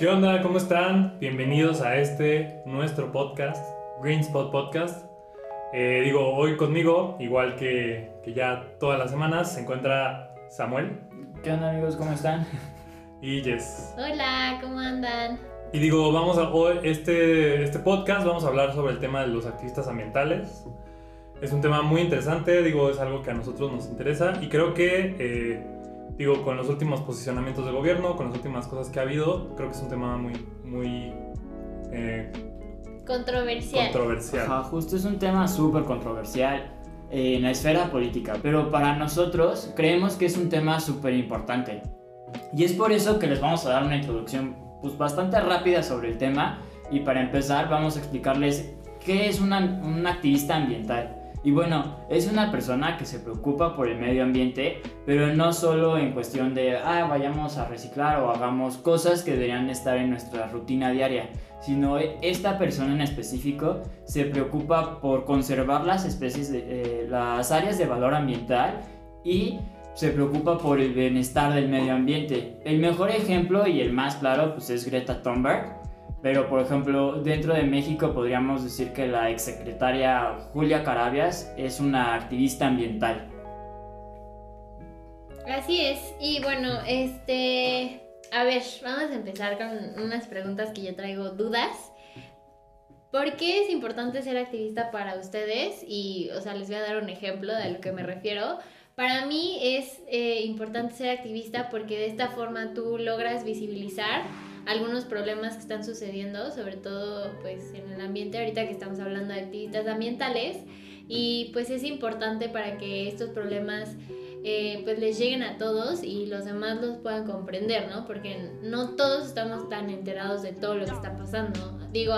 ¿Qué onda? ¿Cómo están? Bienvenidos a nuestro podcast, Green Spot Podcast. Hoy conmigo, igual que ya todas las semanas, se encuentra Samuel. ¿Qué onda, amigos? ¿Cómo están? Y Jess. Hola, ¿cómo andan? Y hoy este podcast vamos a hablar sobre el tema de los activistas ambientales. Es un tema muy interesante, es algo que a nosotros nos interesa y creo que con los últimos posicionamientos del gobierno, con las últimas cosas que ha habido, creo que es un tema muy controversial. Ajá, justo es un tema súper controversial en la esfera política, pero para nosotros creemos que es un tema súper importante. Y es por eso que les vamos a dar una introducción pues, bastante rápida sobre el tema. Y para empezar vamos a explicarles qué es un activista ambiental. Y bueno, es una persona que se preocupa por el medio ambiente, pero no solo en cuestión de vayamos a reciclar o hagamos cosas que deberían estar en nuestra rutina diaria, sino esta persona en específico se preocupa por conservar las especies, las áreas de valor ambiental y se preocupa por el bienestar del medio ambiente. El mejor ejemplo y el más claro pues, es Greta Thunberg. Pero, por ejemplo, dentro de México podríamos decir que la exsecretaria Julia Carabias es una activista ambiental. Así es. Y bueno, a ver, vamos a empezar con unas preguntas que yo traigo dudas. ¿Por qué es importante ser activista para ustedes? Y, les voy a dar un ejemplo de a lo que me refiero. Para mí es importante ser activista porque de esta forma tú logras visibilizar algunos problemas que están sucediendo, sobre todo pues en el ambiente, ahorita que estamos hablando de activistas ambientales, y pues es importante para que estos problemas pues les lleguen a todos y los demás los puedan comprender, ¿no? Porque no todos estamos tan enterados de todo lo que está pasando.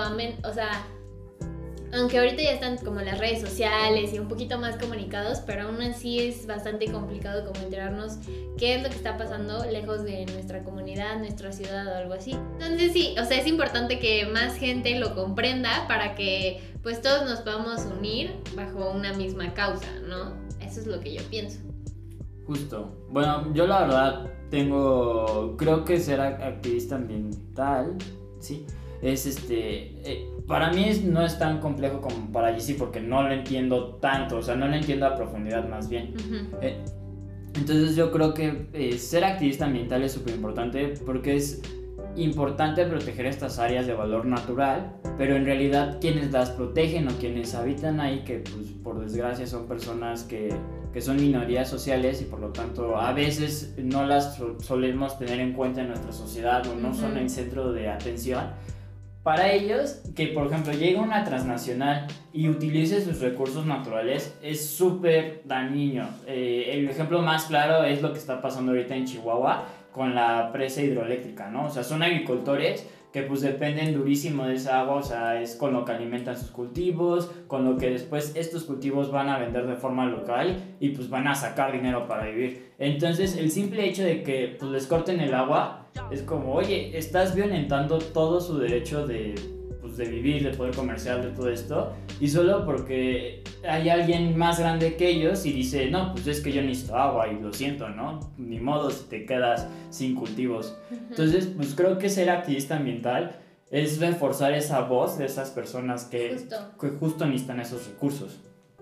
Aunque ahorita ya están como las redes sociales y un poquito más comunicados, pero aún así es bastante complicado como enterarnos qué es lo que está pasando lejos de nuestra comunidad, nuestra ciudad o algo así. Entonces sí, es importante que más gente lo comprenda para que pues todos nos podamos unir bajo una misma causa, ¿no? Eso es lo que yo pienso. Justo. Bueno, yo la verdad creo que ser activista ambiental, sí, es para mí no es tan complejo como para Jessie porque no lo entiendo tanto, no lo entiendo a profundidad más bien. Uh-huh. Entonces yo creo que ser activista ambiental es súper importante porque es importante proteger estas áreas de valor natural, pero en realidad quienes las protegen o quienes habitan ahí, que pues por desgracia son personas que son minorías sociales y por lo tanto a veces no las solemos tener en cuenta en nuestra sociedad o no uh-huh. son el centro de atención. Para ellos, que por ejemplo llegue una transnacional y utilice sus recursos naturales es súper dañino. El ejemplo más claro es lo que está pasando ahorita en Chihuahua con la presa hidroeléctrica, ¿no? Son agricultores que pues dependen durísimo de esa agua, es con lo que alimentan sus cultivos, con lo que después estos cultivos van a vender de forma local y pues van a sacar dinero para vivir. Entonces el simple hecho de que pues les corten el agua es como, oye, estás violentando todo su derecho de vivir, de poder comercial, de todo esto, y solo porque hay alguien más grande que ellos y dice, no, pues es que yo necesito agua y lo siento, ¿no? Ni modo si te quedas sin cultivos. Uh-huh. Entonces, pues creo que ser activista ambiental es reforzar esa voz de esas personas que justo necesitan esos recursos.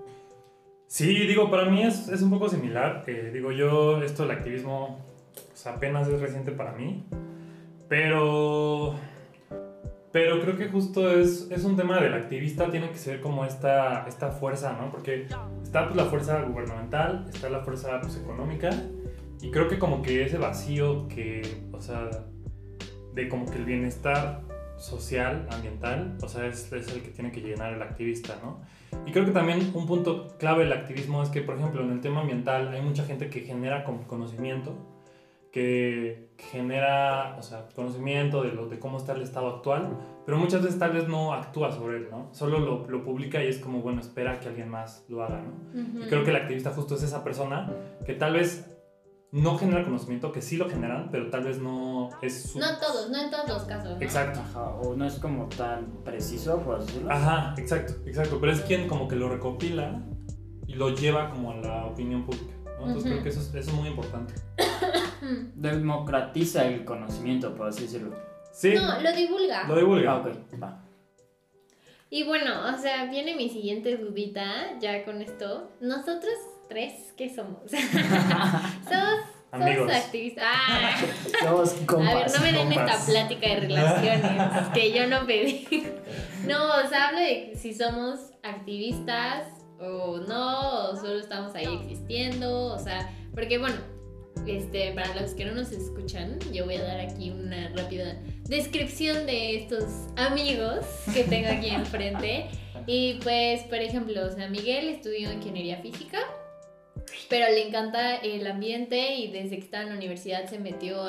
Sí, para mí es un poco similar. Yo esto del activismo apenas es reciente para mí, pero creo que justo es un tema del activista, tiene que ser como esta fuerza, ¿no? Porque está pues la fuerza gubernamental, está la fuerza pues económica, y creo que como que ese vacío de como que el bienestar social, ambiental, es el que tiene que llenar el activista, ¿no? Y creo que también un punto clave del activismo es que, por ejemplo, en el tema ambiental hay mucha gente que genera conocimiento, que genera conocimiento de cómo está el estado actual, pero muchas veces tal vez no actúa sobre él, ¿no? Solo lo publica y es como, bueno, espera que alguien más lo haga, ¿no? Uh-huh. Y creo que el activista justo es esa persona que tal vez no genera conocimiento, que sí lo generan, pero tal vez no es no en todos los casos, ¿no? Exacto. Ajá, o no es como tan preciso, por decirlo. Ajá, exacto, pero es quien como que lo recopila y lo lleva como a la opinión pública, ¿no? Entonces uh-huh. Creo que eso es muy importante. Democratiza el conocimiento, por así decirlo. Sí. No, lo divulga. Lo divulga. Ah, ok, va. Y bueno, o sea, viene mi siguiente dudita, ya con esto. Nosotros tres, ¿qué somos? Amigos. Somos activistas. Ah, Somos compas. a ver, no me den compas. esta plática de relaciones que yo no pedí. No, o sea, hablo de si somos activistas o no, o solo estamos ahí existiendo, o sea, porque bueno, para los que no nos escuchan, yo voy a dar aquí una rápida descripción de estos amigos que tengo aquí enfrente. Y pues, por ejemplo, o sea, Miguel estudió ingeniería física, pero le encanta el ambiente y desde que estaba en la universidad se metió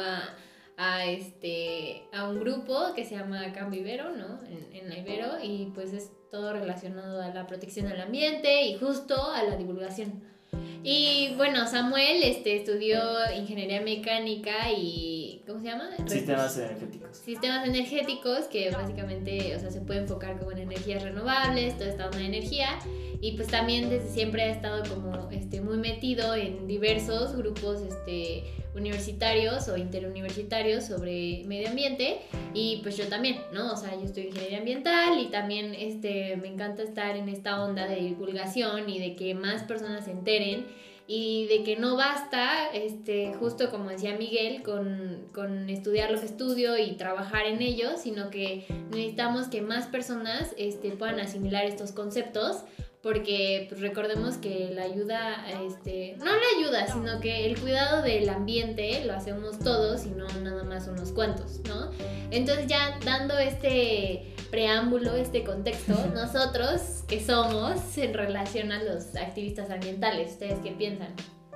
a un grupo que se llama Cambio Ibero, ¿no? En la Ibero, y pues es todo relacionado a la protección del ambiente y justo a la divulgación. Y bueno, Samuel estudió ingeniería mecánica y ¿cómo se llama? Sistemas energéticos. Sistemas energéticos, que básicamente, o sea, se puede enfocar como en energías renovables, toda esta onda de energía. Y pues también desde siempre ha estado como muy metido en diversos grupos universitarios o interuniversitarios sobre medio ambiente. Y pues yo también, ¿no? O sea, yo estudio ingeniería ambiental y también me encanta estar en esta onda de divulgación y de que más personas se enteren. Y de que no basta, justo como decía Miguel, con estudiar lo que estudio y trabajar en ello, sino que necesitamos que más personas puedan asimilar estos conceptos, porque pues, recordemos que la ayuda, no la ayuda, sino que el cuidado del ambiente lo hacemos todos y no nada más unos cuantos, ¿no? Entonces ya dando preámbulo, contexto, nosotros que somos en relación a los activistas ambientales, ¿ustedes qué piensan?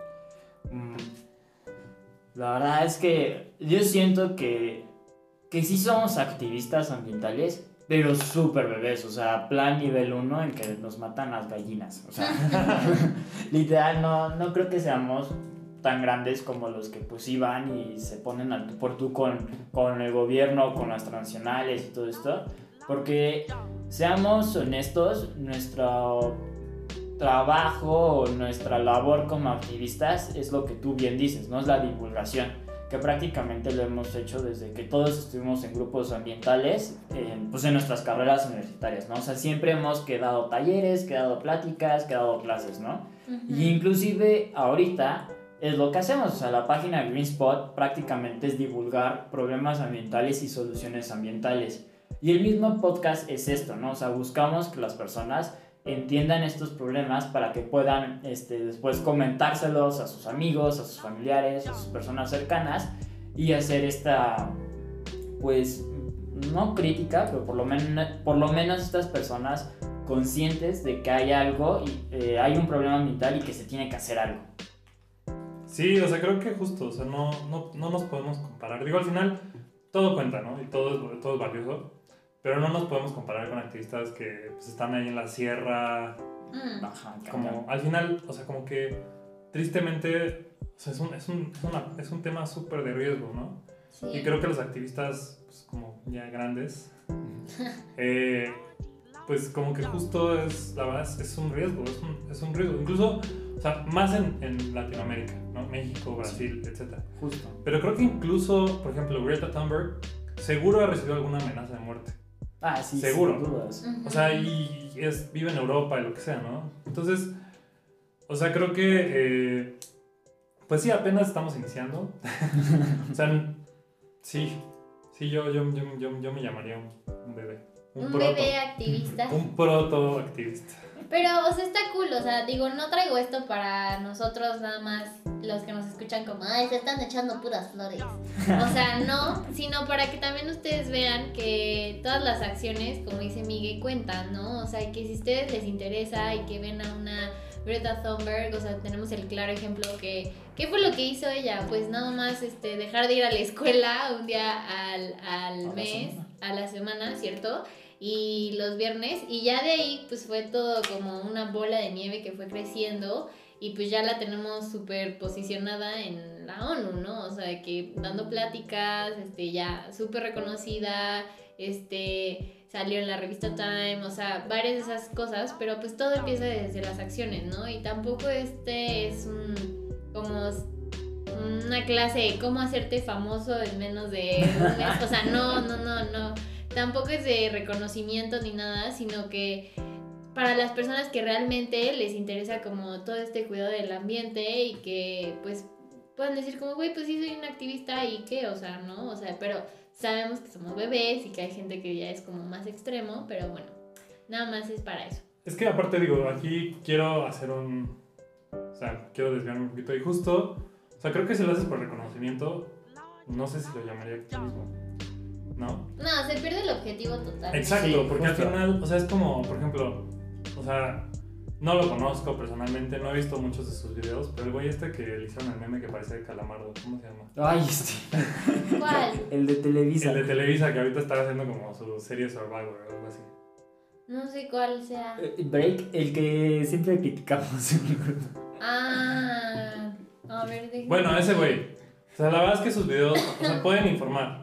La verdad es que yo siento que sí somos activistas ambientales, pero súper bebés, o sea, plan nivel 1 en que nos matan las gallinas, o sea, literal, no creo que seamos tan grandes como los que pues iban y se ponen al tú por tú con el gobierno, con las transnacionales y todo esto, porque seamos honestos, nuestro trabajo o nuestra labor como activistas es lo que tú bien dices, no es la divulgación, que prácticamente lo hemos hecho desde que todos estuvimos en grupos ambientales, pues en nuestras carreras universitarias, ¿no? O sea, siempre hemos dado talleres, dado pláticas, dado clases, ¿no? Uh-huh. Y inclusive ahorita es lo que hacemos, o sea, la página Green Spot prácticamente es divulgar problemas ambientales y soluciones ambientales. Y el mismo podcast es esto, ¿no? O sea, buscamos que las personas entiendan estos problemas para que puedan después comentárselos a sus amigos, a sus familiares, a sus personas cercanas y hacer esta, pues, no crítica, pero por lo menos estas personas conscientes de que hay algo, hay un problema ambiental y que se tiene que hacer algo. Sí, o sea, creo que justo, o sea, no nos podemos comparar. Digo, al final todo cuenta, ¿no? Y todo es valioso. Pero no nos podemos comparar con activistas que pues, están ahí en la sierra. Ajá, como al final, o sea, como que tristemente, o sea, es un tema súper de riesgo, ¿no? Sí. Y creo que los activistas, pues como ya grandes, pues como que justo la verdad es un riesgo, es un riesgo. Incluso, o sea, más en Latinoamérica, ¿no? México, Brasil, sí. Etc. Justo. Pero creo que incluso, por ejemplo, Greta Thunberg seguro ha recibido alguna amenaza de muerte. Ah, sí, seguro. Sin dudas. O sea, y vive en Europa y lo que sea, ¿no? Entonces, o sea, creo que, pues sí, apenas estamos iniciando. O sea, sí, yo me llamaría un bebé. Un bebé activista. Un proto activista. Pero, o sea, está cool, o sea, digo, no traigo esto para nosotros nada más, los que nos escuchan como, ay, se están echando puras flores. O sea, no, sino para que también ustedes vean que todas las acciones, como dice Miguel, cuentan, ¿no? O sea, que si a ustedes les interesa y que ven a una Greta Thunberg, o sea, tenemos el claro ejemplo que, ¿qué fue lo que hizo ella? Pues nada más dejar de ir a la escuela un día al mes, a la semana, ¿cierto? Y los viernes, y ya de ahí pues fue todo como una bola de nieve que fue creciendo y pues ya la tenemos súper posicionada en la ONU, ¿no? O sea, que dando pláticas, ya súper reconocida, salió en la revista Time, o sea, varias de esas cosas, pero pues todo empieza desde las acciones, ¿no? Y tampoco es un como una clase de cómo hacerte famoso en menos de un mes. O sea, no. Tampoco es de reconocimiento ni nada, sino que para las personas que realmente les interesa como todo este cuidado del ambiente y que pues puedan decir como, güey, pues sí soy un activista y qué, o sea, ¿no? O sea, pero sabemos que somos bebés y que hay gente que ya es como más extremo, pero bueno, nada más es para eso. Es que aparte digo, aquí quiero hacer o sea, quiero desviarme un poquito y justo, o sea, creo que si lo haces por reconocimiento, no sé si lo llamaría activismo, ¿no? No, se pierde el objetivo total. Exacto, Sí, porque justo. al final, o sea, es como, por ejemplo, o sea, no lo conozco personalmente, no he visto muchos de sus videos, pero el güey este que le hicieron el meme que parece de Calamardo, ¿cómo se llama? Ay, ¿Cuál? el de Televisa. El de Televisa, que ahorita está haciendo como su serie Survivor o algo así. No sé cuál sea. Break, el que siempre criticamos. Ah, a ver, déjame. Bueno, ese güey, o sea, la verdad es que sus videos, o sea, pueden informar,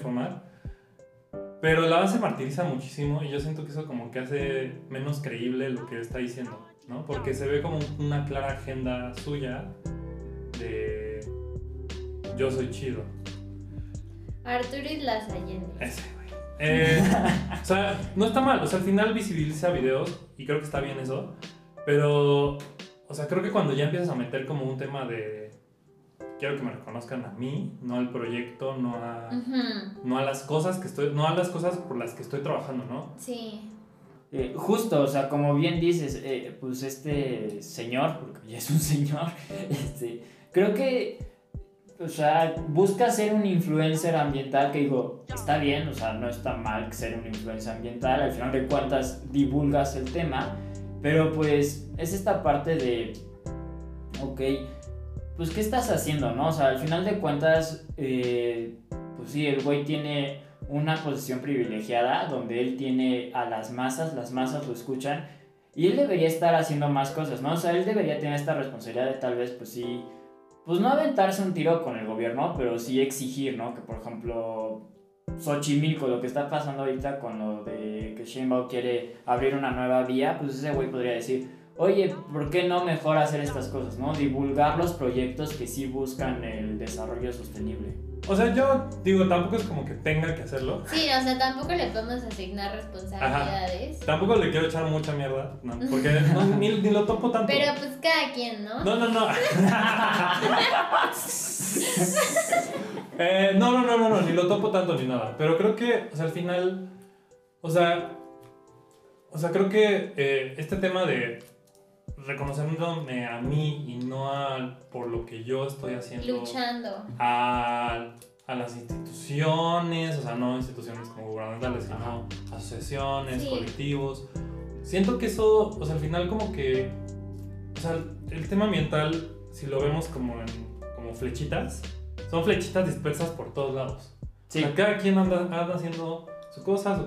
pero la base martiriza muchísimo y yo siento que eso como que hace menos creíble lo que está diciendo, ¿no? Porque se ve como una clara agenda suya de yo soy chido. Arturis Lasallende. Ese güey. O sea, no está mal, o sea, al final visibiliza videos y creo que está bien eso, pero, o sea, creo que cuando ya empiezas a meter como un tema de quiero que me reconozcan a mí, no al proyecto, no a las cosas no a las cosas por las que estoy trabajando, ¿no? Sí. Justo, o sea, como bien dices, pues este señor, porque ya es un señor, creo que, o sea, busca ser un influencer ambiental, que digo, está bien, o sea, no está mal ser un influencer ambiental, al final de cuentas divulgas el tema, pero pues es esta parte de, ok, pues ¿qué estás haciendo, no? O sea, al final de cuentas, pues sí, el güey tiene una posición privilegiada donde él tiene a las masas lo escuchan y él debería estar haciendo más cosas, ¿no? O sea, él debería tener esta responsabilidad de tal vez, pues sí, pues no aventarse un tiro con el gobierno, pero sí exigir, ¿no? Que por ejemplo Xochimilco, lo que está pasando ahorita con lo de que Sheinbaum quiere abrir una nueva vía, pues ese güey podría decir, oye, ¿por qué no mejor hacer estas cosas, no? Divulgar los proyectos que sí buscan el desarrollo sostenible. O sea, yo digo, tampoco es como que tenga que hacerlo. Sí, o sea, tampoco le podemos asignar responsabilidades. Ajá. Tampoco le quiero echar mucha mierda, ¿no? Porque ni lo topo tanto. Pero pues cada quien, ¿no? No. No, ni lo topo tanto ni nada. Pero creo que, o sea, al final, o sea, creo que este tema de reconociéndome a mí y no por lo que yo estoy haciendo. Luchando. A las instituciones, o sea, no instituciones como gubernamentales, sino asociaciones, sí, colectivos. Siento que eso, o sea, al final como que, o sea, el tema ambiental, si lo vemos como flechitas, son flechitas dispersas por todos lados. Sí. O sea, cada quien anda haciendo su cosa.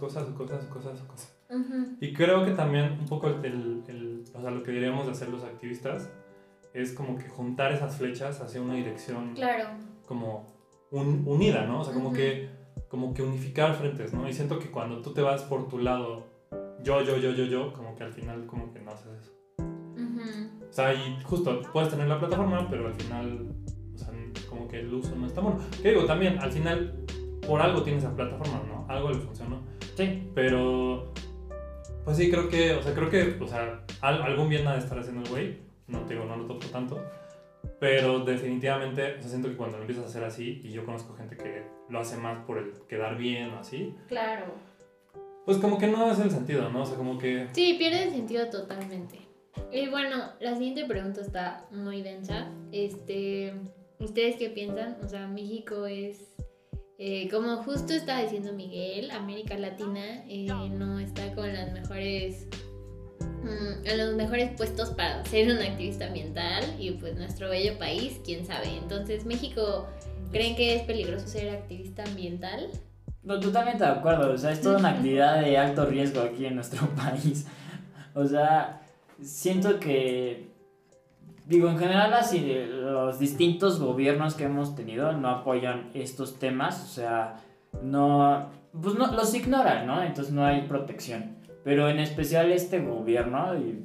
Uh-huh. Y creo que también un poco o sea, lo que deberíamos de hacer los activistas es como que juntar esas flechas hacia una dirección, claro, como unida, ¿no? O sea, como uh-huh, que unificar frentes, ¿no? Y siento que cuando tú te vas por tu lado, yo, como que al final como que no haces eso. uh-huh. O sea, y justo puedes tener la plataforma, pero al final, o sea, como que el uso no está bueno. Que digo, también, al final, por algo tienes esa plataforma, ¿no? Algo le funcionó. Sí. Pero, pues sí, creo que, o sea, algún bien ha de estar haciendo el güey. No te digo, no lo toco tanto. Pero definitivamente, o sea, siento que cuando lo empiezas a hacer así, y yo conozco gente que lo hace más por el quedar bien o así, Claro. pues como que no es el sentido, ¿no? O sea, como que... Sí, pierde el sentido totalmente. Y bueno, la siguiente pregunta está muy densa. ¿Ustedes qué piensan? O sea, México es... como justo estaba diciendo Miguel, América Latina no está con las mejores en los mejores puestos para ser un activista ambiental, y pues nuestro bello país, quién sabe. Entonces, México, ¿creen que es peligroso ser activista ambiental? No, totalmente de acuerdo, o sea, es toda una actividad de alto riesgo aquí en nuestro país. O sea, siento que, digo, en general así los distintos gobiernos que hemos tenido no apoyan estos temas, o sea, no, pues no, los ignoran, ¿no? Entonces no hay protección. Pero en especial este gobierno, y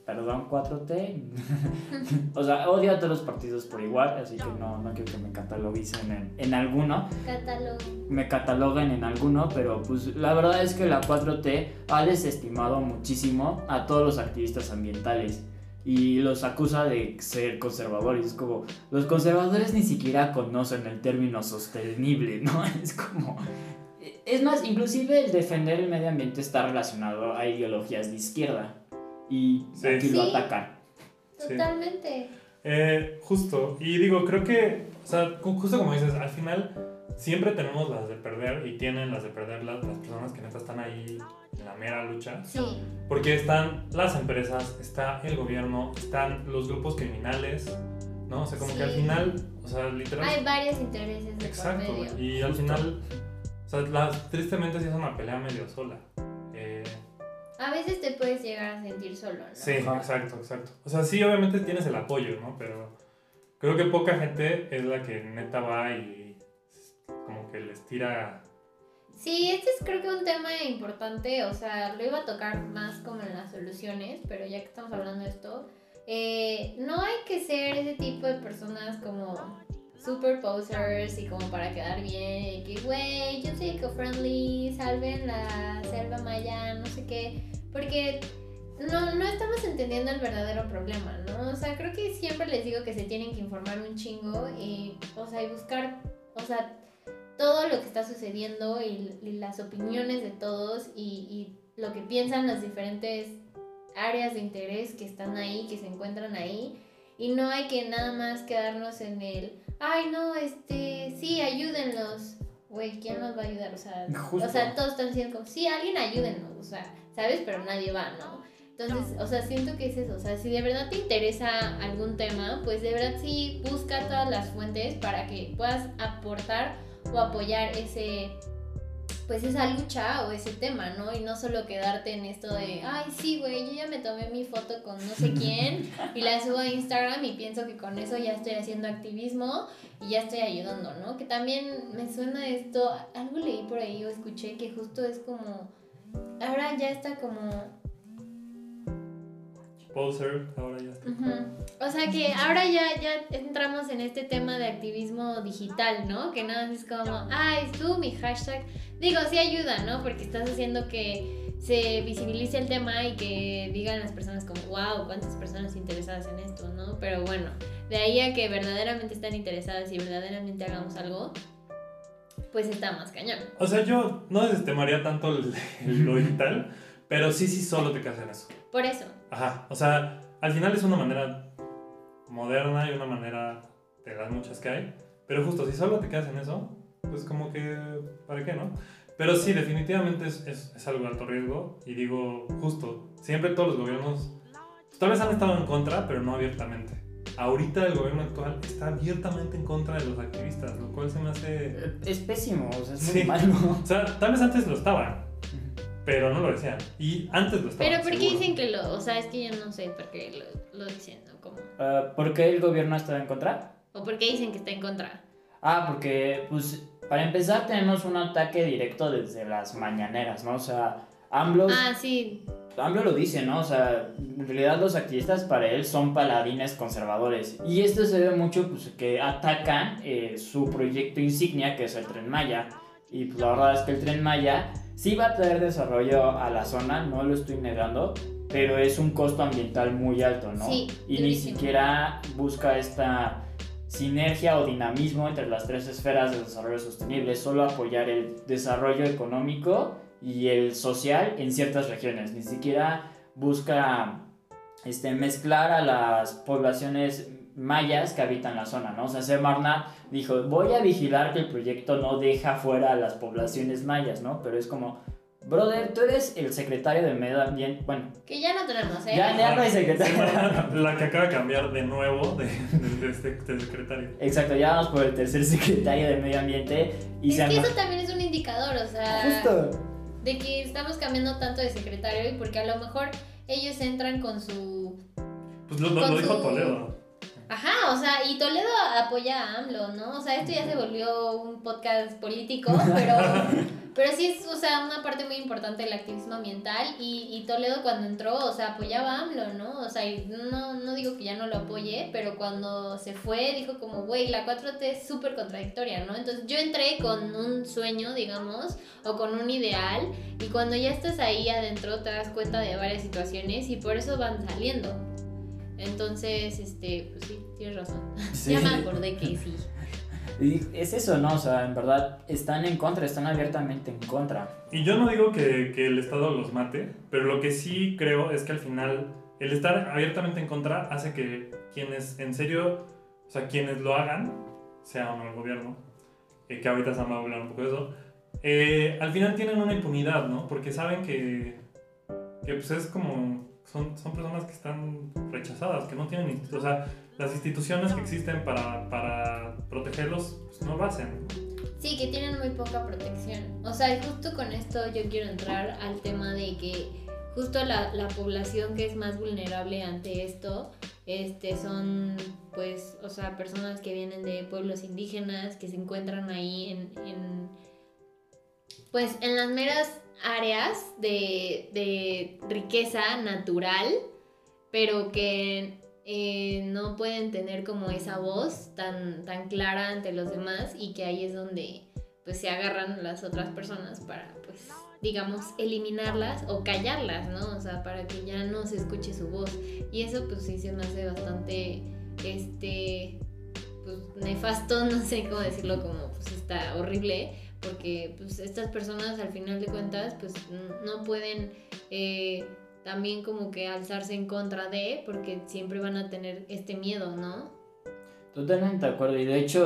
perdón 4T, o sea, odio a todos los partidos por igual, así que no quiero que me cataloguen en alguno. Me cataloguen en alguno, pero pues la verdad es que la 4T ha desestimado muchísimo a todos los activistas ambientales y los acusa de ser conservadores. Es como, los conservadores ni siquiera conocen el término sostenible, ¿no? Es como... Es más, inclusive el defender el medio ambiente está relacionado a ideologías de izquierda. Y aquí lo atacan. Totalmente. Justo. Y digo, creo que, o sea, justo como dices, al final siempre tenemos las de perder y tienen las de perder las personas que neta están ahí en la mera lucha. Sí. Porque están las empresas, está el gobierno, están los grupos criminales, ¿no? O sea, como que al final, o sea, literalmente... Hay varios intereses de Exacto. por medio. Y al final, o sea, tristemente sí es una pelea medio sola. A veces te puedes llegar a sentir solo, ¿no? Sí, exacto. O sea, sí, obviamente tienes el apoyo, ¿no? Pero creo que poca gente es la que neta va y como que les tira... Sí, este es creo que un tema importante, o sea, lo iba a tocar más como en las soluciones, pero ya que estamos hablando de esto, no hay que ser ese tipo de personas como super posers y como para quedar bien, y que güey, yo soy eco-friendly, salven la selva maya, no sé qué, porque no estamos entendiendo el verdadero problema, ¿no? O sea, creo que siempre les digo que se tienen que informar un chingo y, o sea, y buscar, o sea, todo lo que está sucediendo y las opiniones de todos y lo que piensan las diferentes áreas de interés que están ahí, que se encuentran ahí, y no hay que nada más quedarnos en el ay no, sí, ayúdenlos, güey, ¿quién nos va a ayudar? O sea, todos están diciendo como, sí, alguien ayúdennos, o sea, ¿sabes? Pero nadie va, ¿no? Entonces, o sea, siento que es eso, o sea, si de verdad te interesa algún tema, pues de verdad sí busca todas las fuentes para que puedas aportar o apoyar pues esa lucha o ese tema, ¿no? Y no solo quedarte en esto de, ay, sí, güey, yo ya me tomé mi foto con no sé quién y la subo a Instagram y pienso que con eso ya estoy haciendo activismo y ya estoy ayudando, ¿no? Que también me suena esto, algo leí por ahí o escuché que justo es como, ahora ya está como... Poser, ahora ya está. O sea que ahora ya entramos en este tema de activismo digital, ¿no? Que nada más es como, ay, tú mi hashtag. Digo, sí ayuda, ¿no? Porque estás haciendo que se visibilice el tema y que digan las personas como, wow, cuántas personas interesadas en esto, ¿no? Pero bueno, de ahí a que verdaderamente están interesadas y verdaderamente hagamos algo, pues está más cañón. O sea, yo no desestimaría tanto lo digital, pero sí solo te quedas en eso. Por eso. Ajá, o sea, al final es una manera moderna y una manera de las muchas que hay, pero justo si solo te quedas en eso, pues como que, ¿para qué, no? Pero sí, definitivamente es algo de alto riesgo y digo, justo, siempre todos los gobiernos, pues, tal vez han estado en contra, pero no abiertamente. Ahorita el gobierno actual está abiertamente en contra de los activistas, lo cual se me hace... Es pésimo, o sea, es sí, muy malo. O sea, tal vez antes lo estaban, pero no lo decían. Y antes lo estaban. Pero ¿por qué seguro. dicen que lo...? O sea, es que yo no sé por qué lo dicen, ¿no? ¿Cómo? ¿Por qué el gobierno está en contra? ¿O por qué dicen que está en contra? Porque, pues, para empezar tenemos un ataque directo desde las mañaneras, ¿no? O sea, AMLO lo dice, ¿no? O sea, en realidad los activistas para él son paladines conservadores. Y esto se ve mucho, pues, que atacan su proyecto insignia, que es el Tren Maya. Y pues la verdad es que el Tren Maya sí va a traer desarrollo a la zona, no lo estoy negando, pero es un costo ambiental muy alto, ¿no? Sí, y ni siquiera busca esta sinergia o dinamismo entre las tres esferas del desarrollo sostenible, solo apoyar el desarrollo económico y el social en ciertas regiones, ni siquiera busca mezclar a las poblaciones mayas que habitan la zona, ¿no? O sea, Semarnat dijo, voy a vigilar que el proyecto no deja fuera a las poblaciones mayas, ¿no? Pero es como, brother, tú eres el secretario de Medio Ambiente, bueno... Que ya no tenemos, ¿eh? Ya no hay secretario. La que acaba de cambiar de nuevo de secretario. Exacto, ya vamos por el tercer secretario de Medio Ambiente. Y es que eso también es un indicador, o sea... Justo. De que estamos cambiando tanto de secretario y porque a lo mejor ellos entran con su... Pues lo dijo Toledo. Ajá, o sea, y Toledo apoya a AMLO, ¿no? O sea, esto ya se volvió un podcast político, Pero sí es, o sea, una parte muy importante del activismo ambiental y Toledo cuando entró, o sea, apoyaba a AMLO, ¿no? O sea, y no digo que ya no lo apoye, pero cuando se fue dijo como, güey, la 4T es súper contradictoria, ¿no? Entonces yo entré con un sueño, digamos, o con un ideal, y cuando ya estás ahí adentro te das cuenta de varias situaciones y por eso van saliendo. Entonces, pues sí, tienes razón. Sí. Ya me acordé que sí. Y es eso, ¿no? O sea, en verdad están en contra, están abiertamente en contra. Y yo no digo que el Estado los mate, pero lo que sí creo es que al final el estar abiertamente en contra hace que quienes en serio, o sea, quienes lo hagan, sea o no el gobierno, que ahorita se va a hablar un poco de eso, al final tienen una impunidad, ¿no? Porque saben que pues es como, son personas que están rechazadas, que no tienen, o sea, las instituciones que existen para protegerlos pues no lo hacen. Sí, que tienen muy poca protección. O sea, justo con esto yo quiero entrar al tema de que justo la población que es más vulnerable ante esto son, pues, o sea, personas que vienen de pueblos indígenas, que se encuentran ahí pues, en las meras áreas de riqueza natural, pero que no pueden tener como esa voz tan clara ante los demás, y que ahí es donde pues se agarran las otras personas para, pues, digamos, eliminarlas o callarlas, ¿no? O sea, para que ya no se escuche su voz. Y eso pues sí se me hace bastante pues nefasto, no sé cómo decirlo, como pues está horrible, porque pues estas personas al final de cuentas pues no pueden también como que alzarse en contra de, porque siempre van a tener este miedo, ¿no? Totalmente de acuerdo, y de hecho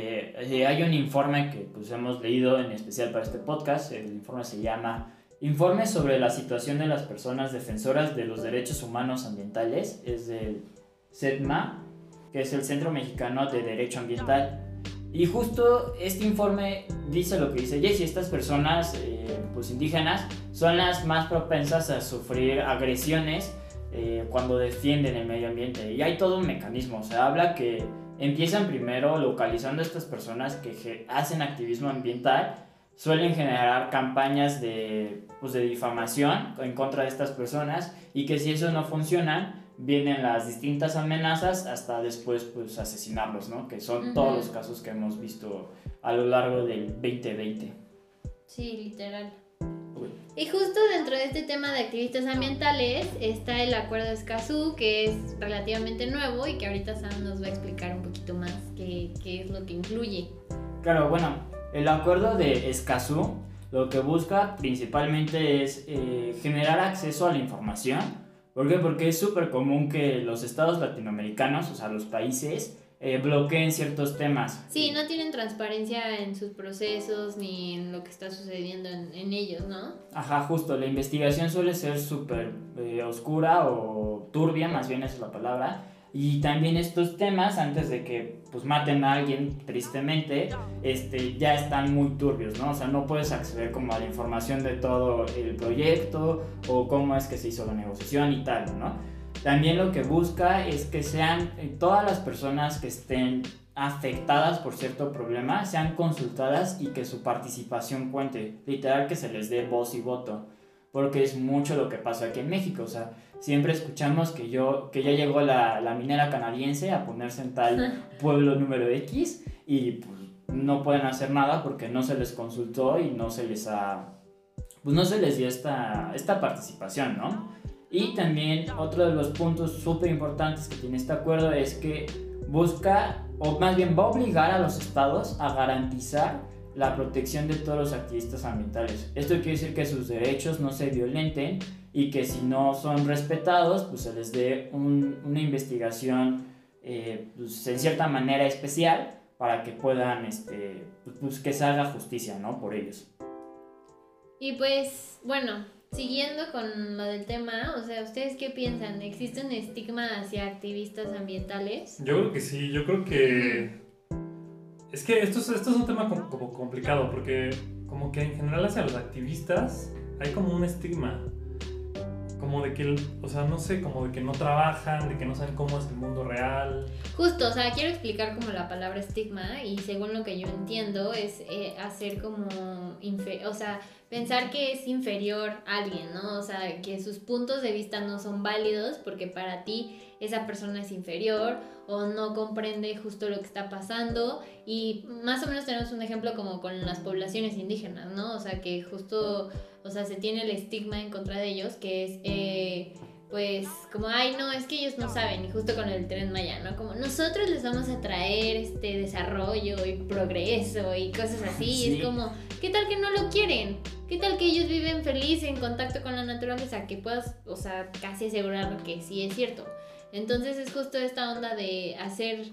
hay un informe que pues hemos leído en especial para este podcast. El informe se llama Informe sobre la situación de las personas defensoras de los derechos humanos ambientales. Es del CEDMA, que es el Centro Mexicano de Derecho Ambiental. Y justo este informe dice lo que dice Jessie: estas personas pues indígenas son las más propensas a sufrir agresiones cuando defienden el medio ambiente. Y hay todo un mecanismo, o sea, habla que empiezan primero localizando a estas personas que hacen activismo ambiental, suelen generar campañas de difamación en contra de estas personas, y que si eso no funciona, vienen las distintas amenazas hasta después pues asesinarlos, ¿no? Que son todos los casos que hemos visto a lo largo del 2020. Sí, literal. Uy. Y justo dentro de este tema de activistas ambientales está el Acuerdo de Escazú, que es relativamente nuevo y que ahorita Sam nos va a explicar un poquito más qué es lo que incluye. Claro, bueno, el Acuerdo de Escazú lo que busca principalmente es generar acceso a la información. ¿Por qué? Porque es súper común que los estados latinoamericanos, o sea, los países, bloqueen ciertos temas. Sí, no tienen transparencia en sus procesos ni en lo que está sucediendo en ellos, ¿no? Ajá, justo, la investigación suele ser súper oscura o turbia, más bien esa es la palabra. Y también estos temas, antes de que pues maten a alguien, tristemente, ya están muy turbios, ¿no? O sea, no puedes acceder como a la información de todo el proyecto o cómo es que se hizo la negociación y tal, ¿no? También lo que busca es que sean todas las personas que estén afectadas por cierto problema sean consultadas y que su participación cuente, literal, que se les dé voz y voto, porque es mucho lo que pasa aquí en México. O sea, siempre escuchamos que ya llegó la minera canadiense a ponerse en tal pueblo número X y pues no pueden hacer nada porque no se les consultó y no se les dio esta participación, ¿no? Y también otro de los puntos súper importantes que tiene este acuerdo es que busca, o más bien va a obligar a los estados a garantizar la protección de todos los activistas ambientales. Esto quiere decir que sus derechos no se violenten y que si no son respetados, pues se les dé una investigación pues en cierta manera especial para que puedan, pues que se haga justicia, ¿no? Por ellos. Y pues, bueno, siguiendo con lo del tema, o sea, ¿ustedes qué piensan? ¿Existe un estigma hacia activistas ambientales? Yo creo que sí, yo creo que... Es que esto es un tema como complicado, porque como que en general hacia los activistas hay como un estigma. como de que, o sea, no sé, como de que no trabajan, de que no saben cómo es el mundo real. Justo, o sea, quiero explicar como la palabra estigma y según lo que yo entiendo es hacer como, o sea, pensar que es inferior a alguien, ¿no? O sea, que sus puntos de vista no son válidos porque para ti esa persona es inferior o no comprende justo lo que está pasando y más o menos tenemos un ejemplo como con las poblaciones indígenas, ¿no? O sea, que justo, o sea, se tiene el estigma en contra de ellos que es... pues como, ay no, es que ellos no saben, y justo con el Tren Maya, ¿no? Como nosotros les vamos a traer desarrollo y progreso y cosas así, Sí. y es como, ¿qué tal que no lo quieren? ¿Qué tal que ellos viven feliz en contacto con la naturaleza? Que puedas, o sea, casi asegurar que sí es cierto. Entonces es justo esta onda de hacer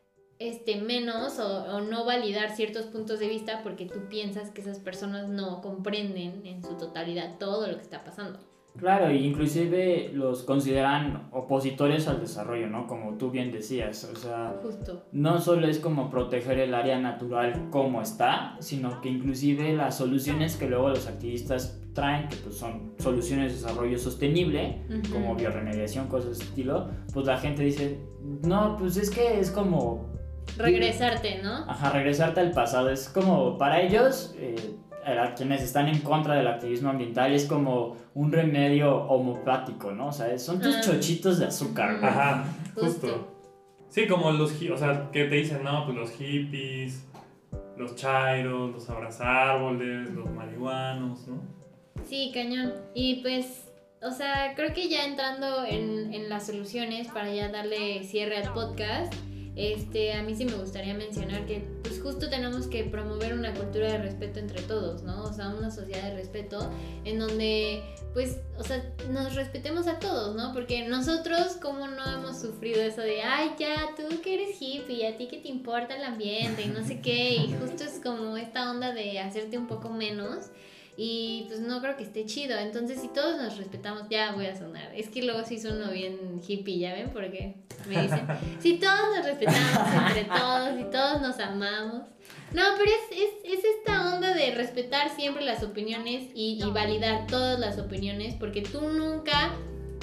menos o no validar ciertos puntos de vista porque tú piensas que esas personas no comprenden en su totalidad todo lo que está pasando. Claro, e inclusive los consideran opositores al desarrollo, ¿no? Como tú bien decías, o sea, Justo. no solo es como proteger el área natural como está, sino que inclusive las soluciones que luego los activistas traen, que pues son soluciones de desarrollo sostenible, Ujú. como bioremediación, cosas de ese estilo, pues la gente dice, no, pues es que es como... Regresarte, ¿no? Ajá, regresarte al pasado, es como para ellos... a quienes están en contra del activismo ambiental es como un remedio homeopático, ¿no? O sea, son tus chochitos de azúcar, güey. Ajá, justo. Justo. Sí, como o sea, que te dicen, no, pues los hippies, los chairos, los abrazárboles, los marihuanos, ¿no? Sí, cañón. Y pues, o sea, creo que ya entrando en las soluciones para ya darle cierre al podcast, a mí sí me gustaría mencionar que pues justo tenemos que promover una cultura de respeto entre todos, ¿no? O sea, una sociedad de respeto en donde pues, o sea, nos respetemos a todos, ¿no? Porque nosotros como no hemos sufrido eso de, ay, ya, tú que eres hippie, a ti que te importa el ambiente y no sé qué, y justo es como esta onda de hacerte un poco menos. Y pues no creo que esté chido. Entonces, si todos nos respetamos, ya voy a sonar. Es que luego sí sueno bien hippie, ¿ya ven? Porque me dicen, si todos nos respetamos entre todos y todos nos amamos. No, pero es esta onda de respetar siempre las opiniones y validar todas las opiniones, porque tú nunca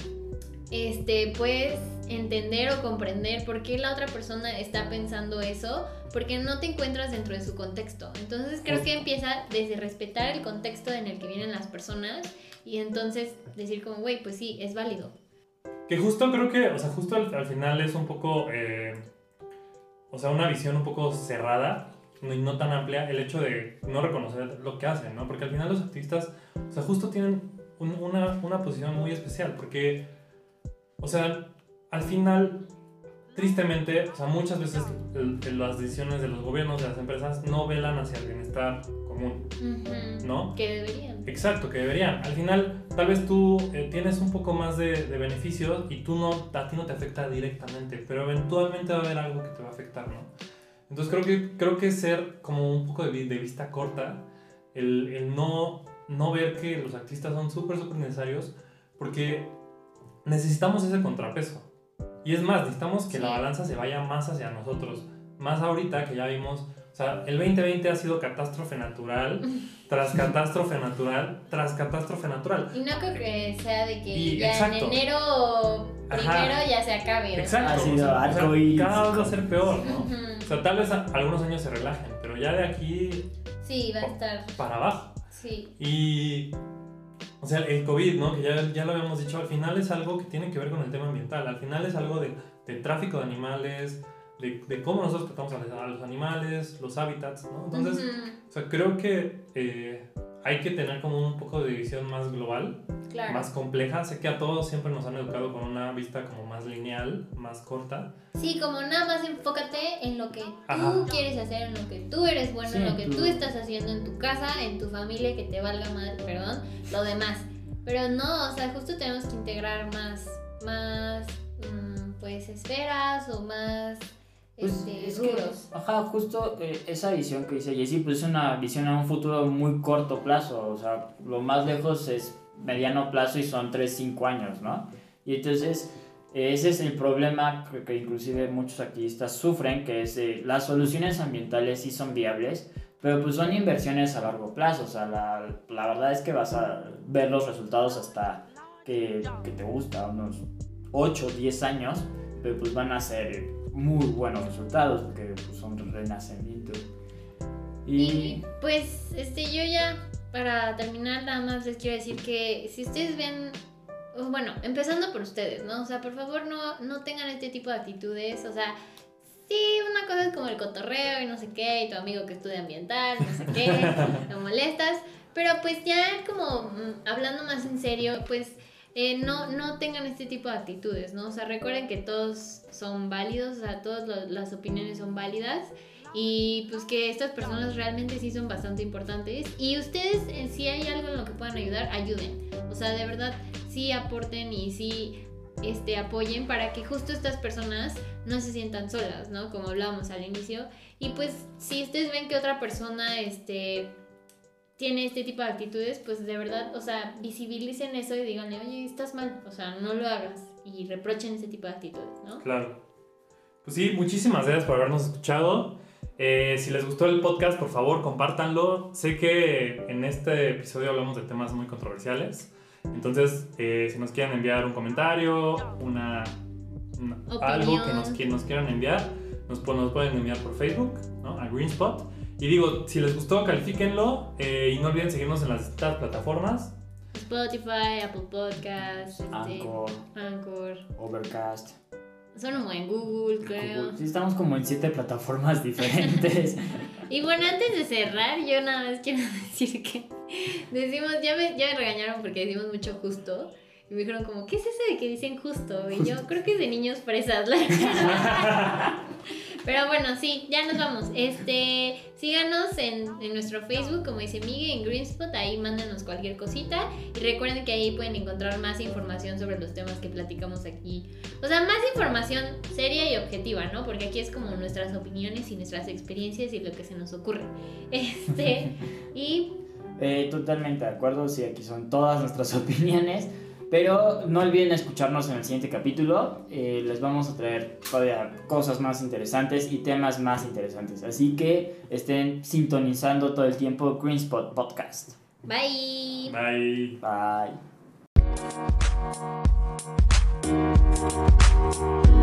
puedes entender o comprender por qué la otra persona está pensando eso, porque no te encuentras dentro de su contexto. Entonces creo que empieza desde respetar el contexto en el que vienen las personas y entonces decir como, güey, pues sí, es válido. Que justo creo que, o sea, justo al final es un poco, o sea, una visión un poco cerrada y no tan amplia el hecho de no reconocer lo que hacen, ¿no? Porque al final los activistas, o sea, justo tienen una posición muy especial, porque, o sea, al final, tristemente, o sea, muchas veces las decisiones de los gobiernos, de las empresas, no velan hacia el bienestar común, ¿no? Que deberían. Exacto, que deberían. Al final, tal vez tú tienes un poco más de beneficios y a ti no te afecta directamente, pero eventualmente va a haber algo que te va a afectar, ¿no? Entonces creo que ser como un poco de vista corta, el no ver que los activistas son súper necesarios, porque necesitamos ese contrapeso. Y es más, necesitamos que la balanza se vaya más hacia nosotros. Más ahorita que ya vimos, o sea, el 2020 ha sido catástrofe natural, tras catástrofe natural, tras catástrofe natural. Y no creo que sea de que Y, ya exacto. en enero primero ya se acabe. Exacto. Ha sido O sea, arcoíris. cada vez va a ser peor, ¿no? Ujú. O sea, tal vez algunos años se relajen, pero ya de aquí Sí, va a estar. para abajo. Sí. Y, o sea, el COVID, ¿no? Que ya lo habíamos dicho, al final es algo que tiene que ver con el tema ambiental. Al final es algo de tráfico de animales, de cómo nosotros tratamos a los animales, los hábitats, ¿no? Entonces, o sea, creo que hay que tener como un poco de visión más global, Claro. más compleja. Sé que a todos siempre nos han educado con una vista como más lineal, más corta. Sí, como nada más enfócate en lo que Ajá. tú quieres hacer, en lo que tú eres bueno, Sí, en lo que tú. tú estás haciendo en tu casa, en tu familia, que te valga madre, perdón, lo demás. Pero no, o sea, justo tenemos que integrar más pues esferas o más Pues es que, rubros. ajá, justo esa visión que dice Jessie, pues es una visión a un futuro muy corto plazo, o sea, lo más lejos es mediano plazo y son 3-5 años, ¿no? Y entonces ese es el problema que inclusive muchos activistas sufren, que es las soluciones ambientales sí son viables, pero pues son inversiones a largo plazo, o sea, la verdad es que vas a ver los resultados hasta que te gusta, unos 8 o 10 años, pero pues van a ser muy buenos resultados porque pues, son renacimiento. Y pues yo ya para terminar nada más les quiero decir que si ustedes ven, bueno, empezando por ustedes, ¿no? O sea, por favor no tengan este tipo de actitudes, o sea, sí, una cosa es como el cotorreo y no sé qué, y tu amigo que estudia ambiental, no sé qué, lo molestas, pero pues ya como hablando más en serio, pues no tengan este tipo de actitudes, ¿no? O sea, recuerden que todos son válidos, o sea, todas las opiniones son válidas y pues que estas personas realmente sí son bastante importantes y ustedes, si hay algo en lo que puedan ayudar, ayuden. O sea, de verdad, sí aporten y sí apoyen para que justo estas personas no se sientan solas, ¿no? Como hablábamos al inicio. Y pues si ustedes ven que otra persona tiene este tipo de actitudes, pues de verdad, o sea, visibilicen eso y díganle, oye, estás mal, o sea, no lo hagas y reprochen ese tipo de actitudes, ¿no? Claro. Pues sí, muchísimas gracias por habernos escuchado. Si les gustó el podcast, por favor, compártanlo. Sé que en este episodio hablamos de temas muy controversiales. Entonces, si nos quieren enviar un comentario, algo que nos quieran enviar, nos pueden enviar por Facebook, ¿no? A Greenspot. Y digo, si les gustó, califíquenlo y no olviden seguirnos en las distintas plataformas. Spotify, Apple Podcasts, Anchor, Overcast. Son como en Google, creo. Sí, estamos como en 7 plataformas diferentes. Y bueno, antes de cerrar, yo nada más quiero decir que decimos, ya me regañaron porque decimos mucho justo. Y me dijeron como, ¿qué es eso de que dicen justo? Y yo creo que es de niños fresas, la verdad. Pero bueno, sí, ya nos vamos. Síganos en nuestro Facebook, como dice Migue, en Greenspot. Ahí mándenos cualquier cosita. Y recuerden que ahí pueden encontrar más información sobre los temas que platicamos aquí. O sea, más información seria y objetiva, ¿no? Porque aquí es como nuestras opiniones y nuestras experiencias y lo que se nos ocurre. Y... totalmente de acuerdo, sí, aquí son todas nuestras opiniones. Pero no olviden escucharnos en el siguiente capítulo. Les vamos a traer todavía cosas más interesantes y temas más interesantes. Así que estén sintonizando todo el tiempo Greenspot Podcast. Bye. Bye. Bye.